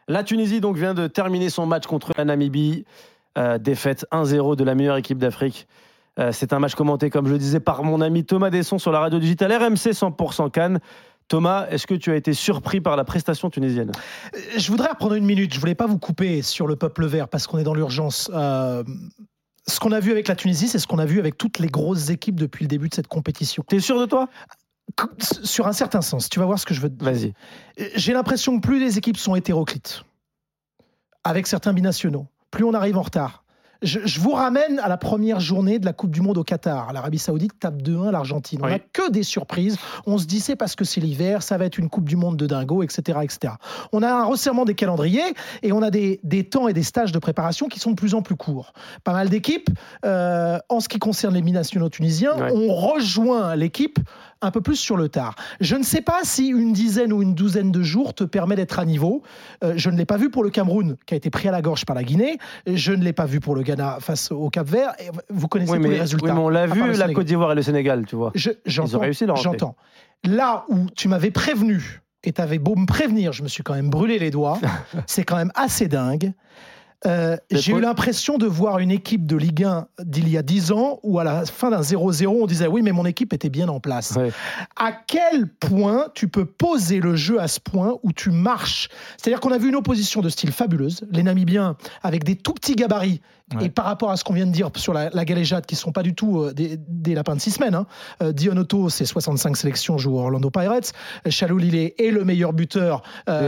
La Tunisie donc vient de terminer son match contre la Namibie. Défaite 1-0 de la meilleure équipe d'Afrique. C'est un match commenté, comme je le disais, par mon ami Thomas Desson sur la radio digitale RMC 100% Cannes. Thomas, est-ce que tu as été surpris par la prestation tunisienne ? Je voudrais reprendre une minute. Je ne voulais pas vous couper sur le peuple vert parce qu'on est dans l'urgence. Ce qu'on a vu avec la Tunisie, c'est ce qu'on a vu avec toutes les grosses équipes depuis le début de cette compétition. T'es sûr de toi ? Sur un certain sens. Tu vas voir ce que je veux te dire. Vas-y. J'ai l'impression que plus les équipes sont hétéroclites, avec certains binationaux, plus on arrive en retard. Je vous ramène à la première journée de la Coupe du Monde au Qatar. L'Arabie Saoudite tape 2-1 l'Argentine. On n'a que des surprises. On se dit c'est parce que c'est l'hiver, ça va être une Coupe du Monde de dingo, etc., etc. On a un resserrement des calendriers et on a des temps et des stages de préparation qui sont de plus en plus courts. Pas mal d'équipes, en ce qui concerne les binationaux tunisiens, ont rejoint l'équipe un peu plus sur le tard. Je ne sais pas si une dizaine ou une douzaine de jours te permet d'être à niveau. Je ne l'ai pas vu pour le Cameroun, qui a été pris à la gorge par la Guinée. Je ne l'ai pas vu pour le Ghana face au Cap-Vert. Vous connaissez tous les résultats. Oui, mais on l'a vu, la Côte d'Ivoire et le Sénégal, tu vois. Ils ont réussi leur entrée. J'entends. Là où tu m'avais prévenu, et tu avais beau me prévenir, je me suis quand même brûlé les doigts, c'est quand même assez dingue. J'ai eu l'impression de voir une équipe de Ligue 1 d'il y a 10 ans où à la fin d'un 0-0 on disait oui mais mon équipe était bien en place. À quel point tu peux poser le jeu à ce point où tu marches ? C'est-à-dire qu'on a vu une opposition de style fabuleuse, les Namibiens avec des tout petits gabarits et par rapport à ce qu'on vient de dire sur la galéjade qui ne sont pas du tout des lapins de 6 semaines. Dionoto c'est 65 sélections, joue aux Orlando Pirates. Chalou Lillet est le meilleur buteur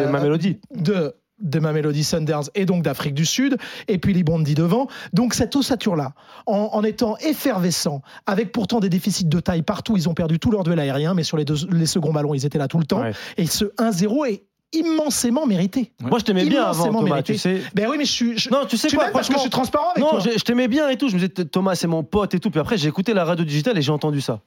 de Mamelodi Sundowns et donc d'Afrique du Sud, et puis les Bondi devant. Donc cette ossature-là, en étant effervescent, avec pourtant des déficits de taille partout, ils ont perdu tout leur duel aérien, mais sur les seconds ballons, ils étaient là tout le temps. Et ce 1-0 est immensément mérité. Moi, je t'aimais bien avant, Thomas, mérité. tu sais. Ben oui, mais non, tu sais quoi, parce que je suis transparent avec toi. Non, je t'aimais bien et tout. Je me disais, Thomas, c'est mon pote et tout. Puis après, j'ai écouté la radio digitale et j'ai entendu ça.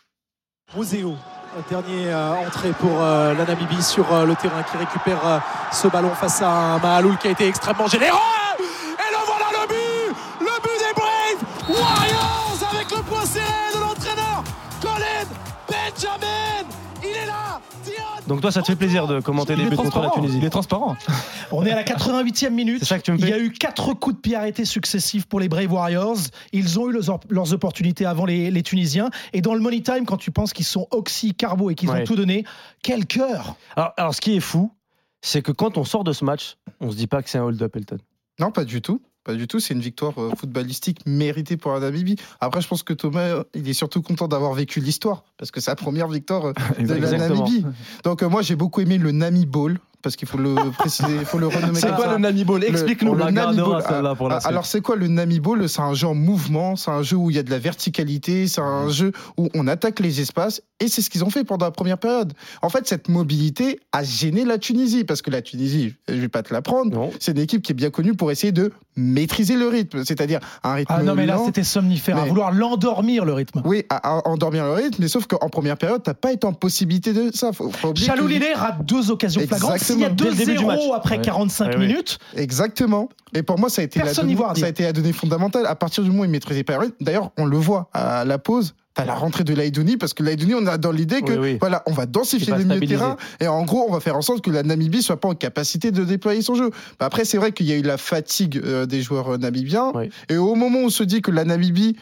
Roséo. Dernier entrée pour la Namibie sur le terrain qui récupère ce ballon face à un Mahaloul qui a été extrêmement généreux. Et le voilà le but des Brave Warriors avec le point serré de l'entraîneur Colin Benjamin. Il est là. Donc toi, ça te fait plaisir de commenter les buts contre la Tunisie. Il est transparent. On est à la 88e minute. C'est ça que tu me fais. Il y a eu 4 coups de pied arrêtés successifs pour les Brave Warriors. Ils ont eu leurs opportunités avant les Tunisiens. Et dans le money time, quand tu penses qu'ils sont oxy, carbo et qu'ils ont tout donné, quel cœur. Alors, ce qui est fou, c'est que quand on sort de ce match, on se dit pas que c'est un hold-up, Elton. Non, pas du tout. Pas du tout, c'est une victoire footballistique méritée pour la Namibie. Après, je pense que Thomas, il est surtout content d'avoir vécu l'histoire, parce que c'est la première victoire de la Namibie. Donc moi, j'ai beaucoup aimé le Nami Ball, parce qu'il faut le préciser, il faut le renommer. C'est quoi le Nami Ball ? Explique-nous. Le Nami Ball. Alors, c'est quoi le Nami Ball ? C'est un jeu en mouvement, c'est un jeu où il y a de la verticalité, c'est un jeu où on attaque les espaces, et c'est ce qu'ils ont fait pendant la première période. En fait, cette mobilité a gêné la Tunisie, parce que la Tunisie, je vais pas te l'apprendre, c'est une équipe qui est bien connue pour essayer de maîtriser le rythme, c'est-à-dire un rythme Ah non, mais là, lent, c'était somnifère, à vouloir l'endormir, le rythme. Oui, à endormir le rythme, mais sauf qu'en première période, t'as pas été en possibilité de ça. Chalou Lillet rate 2 occasions flagrantes. S'il y a 2-0 après 45 minutes. Exactement. Et pour moi, ça a été la donnée fondamentale. À partir du moment où il maîtrisait pas le rythme, d'ailleurs, on le voit à la pause. T'as la rentrée de l'Aïdouni, parce que l'Aïdouni, on a dans l'idée que voilà, on va densifier le milieu de terrain et en gros, on va faire en sorte que la Namibie soit pas en capacité de déployer son jeu. Après, c'est vrai qu'il y a eu la fatigue des joueurs namibiens et au moment où on se dit que la Namibie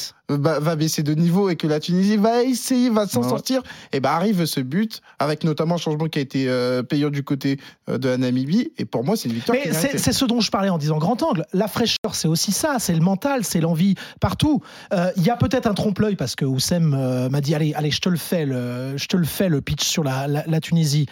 va baisser de niveau et que la Tunisie va s'en sortir, et arrive ce but avec notamment un changement qui a été payant du côté de la Namibie. Et pour moi, c'est une victoire. Mais c'est ce dont je parlais en disant grand angle. La fraîcheur, c'est aussi ça, c'est le mental, c'est l'envie partout. Il y a peut-être un trompe-l'œil parce que Oussem m'a dit allez, je te le fais le pitch sur la Tunisie.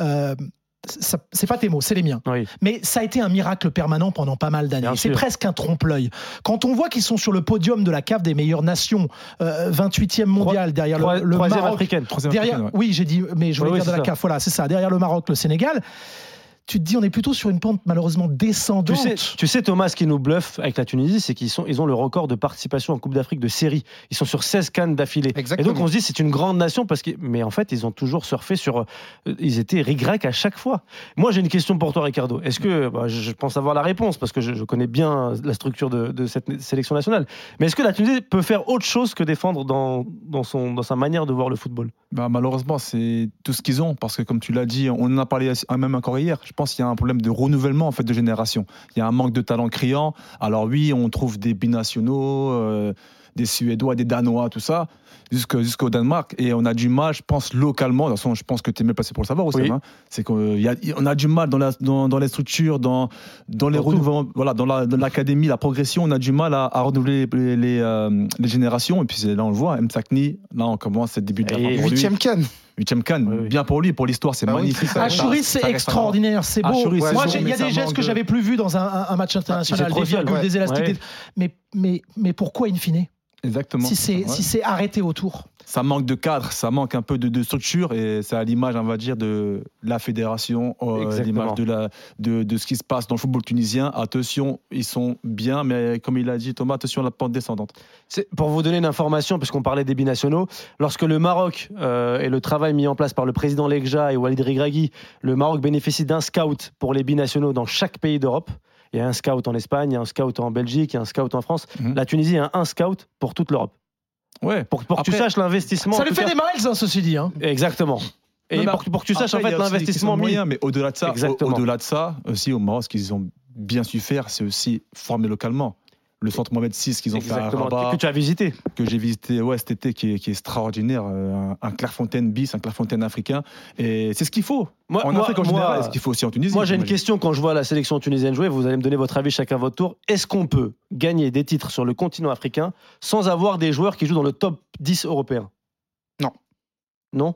C'est pas tes mots, c'est les miens. Mais ça a été un miracle permanent pendant pas mal d'années. C'est presque un trompe-l'œil. Quand on voit qu'ils sont sur le podium de la CAF des meilleures nations, 28e mondial derrière le Maroc, africaine. Oui, j'ai dit, mais je voulais dire de la CAF. Voilà, c'est ça. Derrière le Maroc, le Sénégal. Tu te dis, on est plutôt sur une pente malheureusement descendante. Tu sais, Thomas, ce qui nous bluffe avec la Tunisie, c'est qu'ils ont le record de participation en Coupe d'Afrique de série. Ils sont sur 16 CAN d'affilée. Exactement. Et donc, on se dit, c'est une grande nation, mais en fait, ils ont toujours surfé sur. Ils étaient ric-rac à chaque fois. Moi, j'ai une question pour toi, Ricardo. Est-ce que. Je pense avoir la réponse, parce que je connais bien la structure de cette sélection nationale. Mais est-ce que la Tunisie peut faire autre chose que défendre dans sa manière de voir le football ? Malheureusement, c'est tout ce qu'ils ont, parce que comme tu l'as dit, on en a parlé même encore hier. pense qu'il y a un problème de renouvellement en fait de génération. Il y a un manque de talent criant. Alors oui, on trouve des binationaux, des Suédois, des Danois, tout ça, jusqu'au Danemark. Et on a du mal, je pense, localement. De toute façon, je pense que tu es mieux placé pour le savoir aussi. Hein, c'est qu'on a du mal dans les structures, dans les renouvellements, voilà, dans l'académie, la progression. On a du mal à renouveler les générations. Et puis là, on le voit, Msakni, là, on commence cette début de la fin. 8e CAN. 8e CAN, bien pour lui, pour l'histoire, c'est magnifique. Achouri, c'est extraordinaire, c'est beau. Moi, il y a des gestes que j'avais plus vus dans un match international, des virgules, des élastiques. Mais pourquoi in fine ? Exactement. Si c'est arrêté autour. Ça manque de cadre, ça manque un peu de structure et c'est à l'image, on va dire, de la fédération, l'image de ce qui se passe dans le football tunisien. Attention, ils sont bien, mais comme il a dit Thomas, attention à la pente descendante. Pour vous donner une information, puisqu'on parlait des binationaux, lorsque le Maroc et le travail mis en place par le président Legja et Walid Regragui, le Maroc bénéficie d'un scout pour les binationaux dans chaque pays d'Europe. Il y a un scout en Espagne, il y a un scout en Belgique, il y a un scout en France. La Tunisie a un scout pour toute l'Europe. Ouais. Pour que tu saches l'investissement. Ça lui fait des miles, hein, ceci dit. Hein. Exactement. Et pour que tu saches en fait l'investissement moyen, mais au-delà de ça, aussi au Maroc, ce qu'ils ont bien su faire, c'est aussi former localement. Le centre Mohamed VI qu'ils ont fait à Rabat, que tu as visité, que j'ai visité cet été, qui est extraordinaire, un Clairefontaine bis, un Clairefontaine africain, et c'est ce qu'il faut. En Afrique en général, c'est ce qu'il faut aussi en Tunisie. Moi j'ai une question quand je vois la sélection tunisienne jouer, vous allez me donner votre avis chacun à votre tour. Est-ce qu'on peut gagner des titres sur le continent africain sans avoir des joueurs qui jouent dans le top 10 européen ? Non.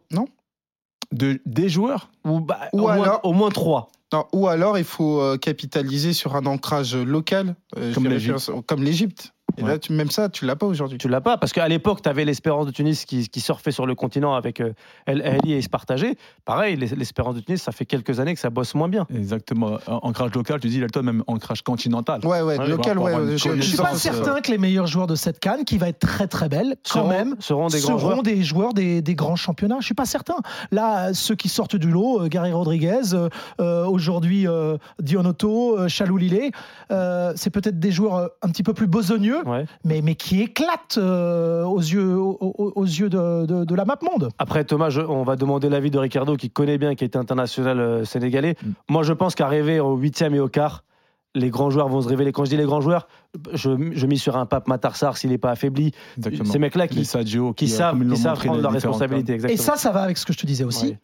Des joueurs ou au moins 3. Non, ou alors il faut capitaliser sur un ancrage local, comme l'Égypte. Et là, même ça, tu l'as pas aujourd'hui. Tu l'as pas, parce qu'à l'époque, tu avais l'Espérance de Tunis qui surfait sur le continent avec El Ahly et se partageait. Pareil, l'Espérance de Tunis, ça fait quelques années que ça bosse moins bien. Exactement. Ancrage local, tu dis, toi même ancrage continental. Ouais, local, Je suis pas certain que les meilleurs joueurs de cette CAN, qui va être très très belle, seront des joueurs des grands championnats. Je suis pas certain. Là, ceux qui sortent du lot, Gary Rodriguez, aujourd'hui Dionotto, Chaloulilé, c'est peut-être des joueurs un petit peu plus besogneux. Mais qui éclate aux yeux de la map monde. Après Thomas, on va demander l'avis de Ricardo qui connaît bien, qui est international sénégalais. Moi je pense qu'arriver au 8e et au quart, les grands joueurs vont se révéler. Quand je dis les grands joueurs, je mise sur un Pape Matar Sarr s'il n'est pas affaibli. Exactement. Ces mecs-là qui savent prendre leurs responsabilités. Et ça va avec ce que je te disais aussi.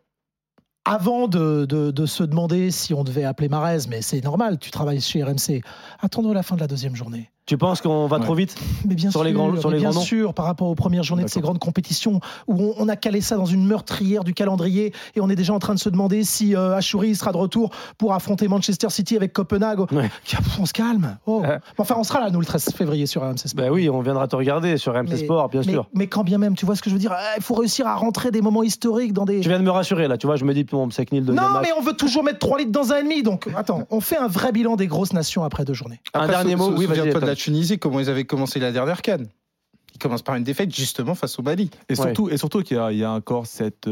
Avant de se demander si on devait appeler Mahrez, mais c'est normal, tu travailles chez RMC, attendons la fin de la deuxième journée. Tu penses qu'on va trop vite mais bien sur sûr, les grands noms ? Bien sûr, par rapport aux premières journées de ces grandes compétitions où on a calé ça dans une meurtrière du calendrier et on est déjà en train de se demander si Achouri sera de retour pour affronter Manchester City avec Copenhague. On se calme. Enfin, on sera là, nous, le 13 février sur RMC Sport. Oui, on viendra te regarder sur RMC Sport, bien sûr. Mais quand bien même, tu vois ce que je veux dire ? Il faut réussir à rentrer des moments historiques dans des... Tu viens de me rassurer, là. Tu vois, je me dis, c'est que Nil de. Non, mais on veut toujours mettre 3 litres dans 1,5. Donc, attends, on fait un vrai bilan des grosses nations après 2 journées. Un dernier mot. Souviens-toi de la Tunisie, comment ils avaient commencé la dernière CAN. Ils commencent par une défaite justement face au Mali. Et surtout qu'il y a encore cet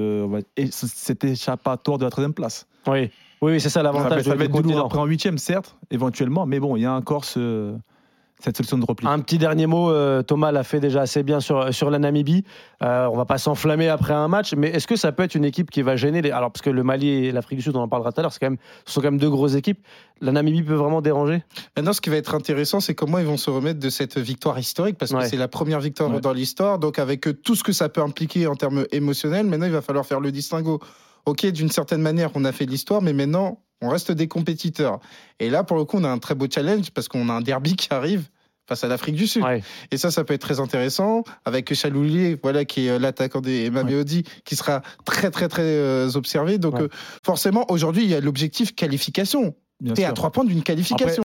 échappatoire de la 3e place. Oui, c'est ça l'avantage. Ça va être lourd après en 8e, certes, éventuellement, mais bon, il y a encore cette solution de repli. Un petit dernier mot, Thomas l'a fait déjà assez bien sur la Namibie. On va pas s'enflammer après un match, mais est-ce que ça peut être une équipe qui va gêner alors parce que le Mali et l'Afrique du Sud, on en parlera tout à l'heure, ce sont quand même 2 grosses équipes. La Namibie peut vraiment déranger. Maintenant, ce qui va être intéressant, c'est comment ils vont se remettre de cette victoire historique, parce que c'est la première victoire dans l'histoire, donc avec tout ce que ça peut impliquer en termes émotionnels, maintenant il va falloir faire le distinguo. Ok, d'une certaine manière, on a fait l'histoire, mais maintenant, on reste des compétiteurs. Et là, pour le coup, on a un très beau challenge, parce qu'on a un derby qui arrive face à l'Afrique du Sud. Et ça peut être très intéressant, avec Chaloulilé, qui est l'attaquant des Maméodi, qui sera très, très, très observé. Donc, forcément, aujourd'hui, il y a l'objectif qualification. T'es à 3 points d'une qualification. Après,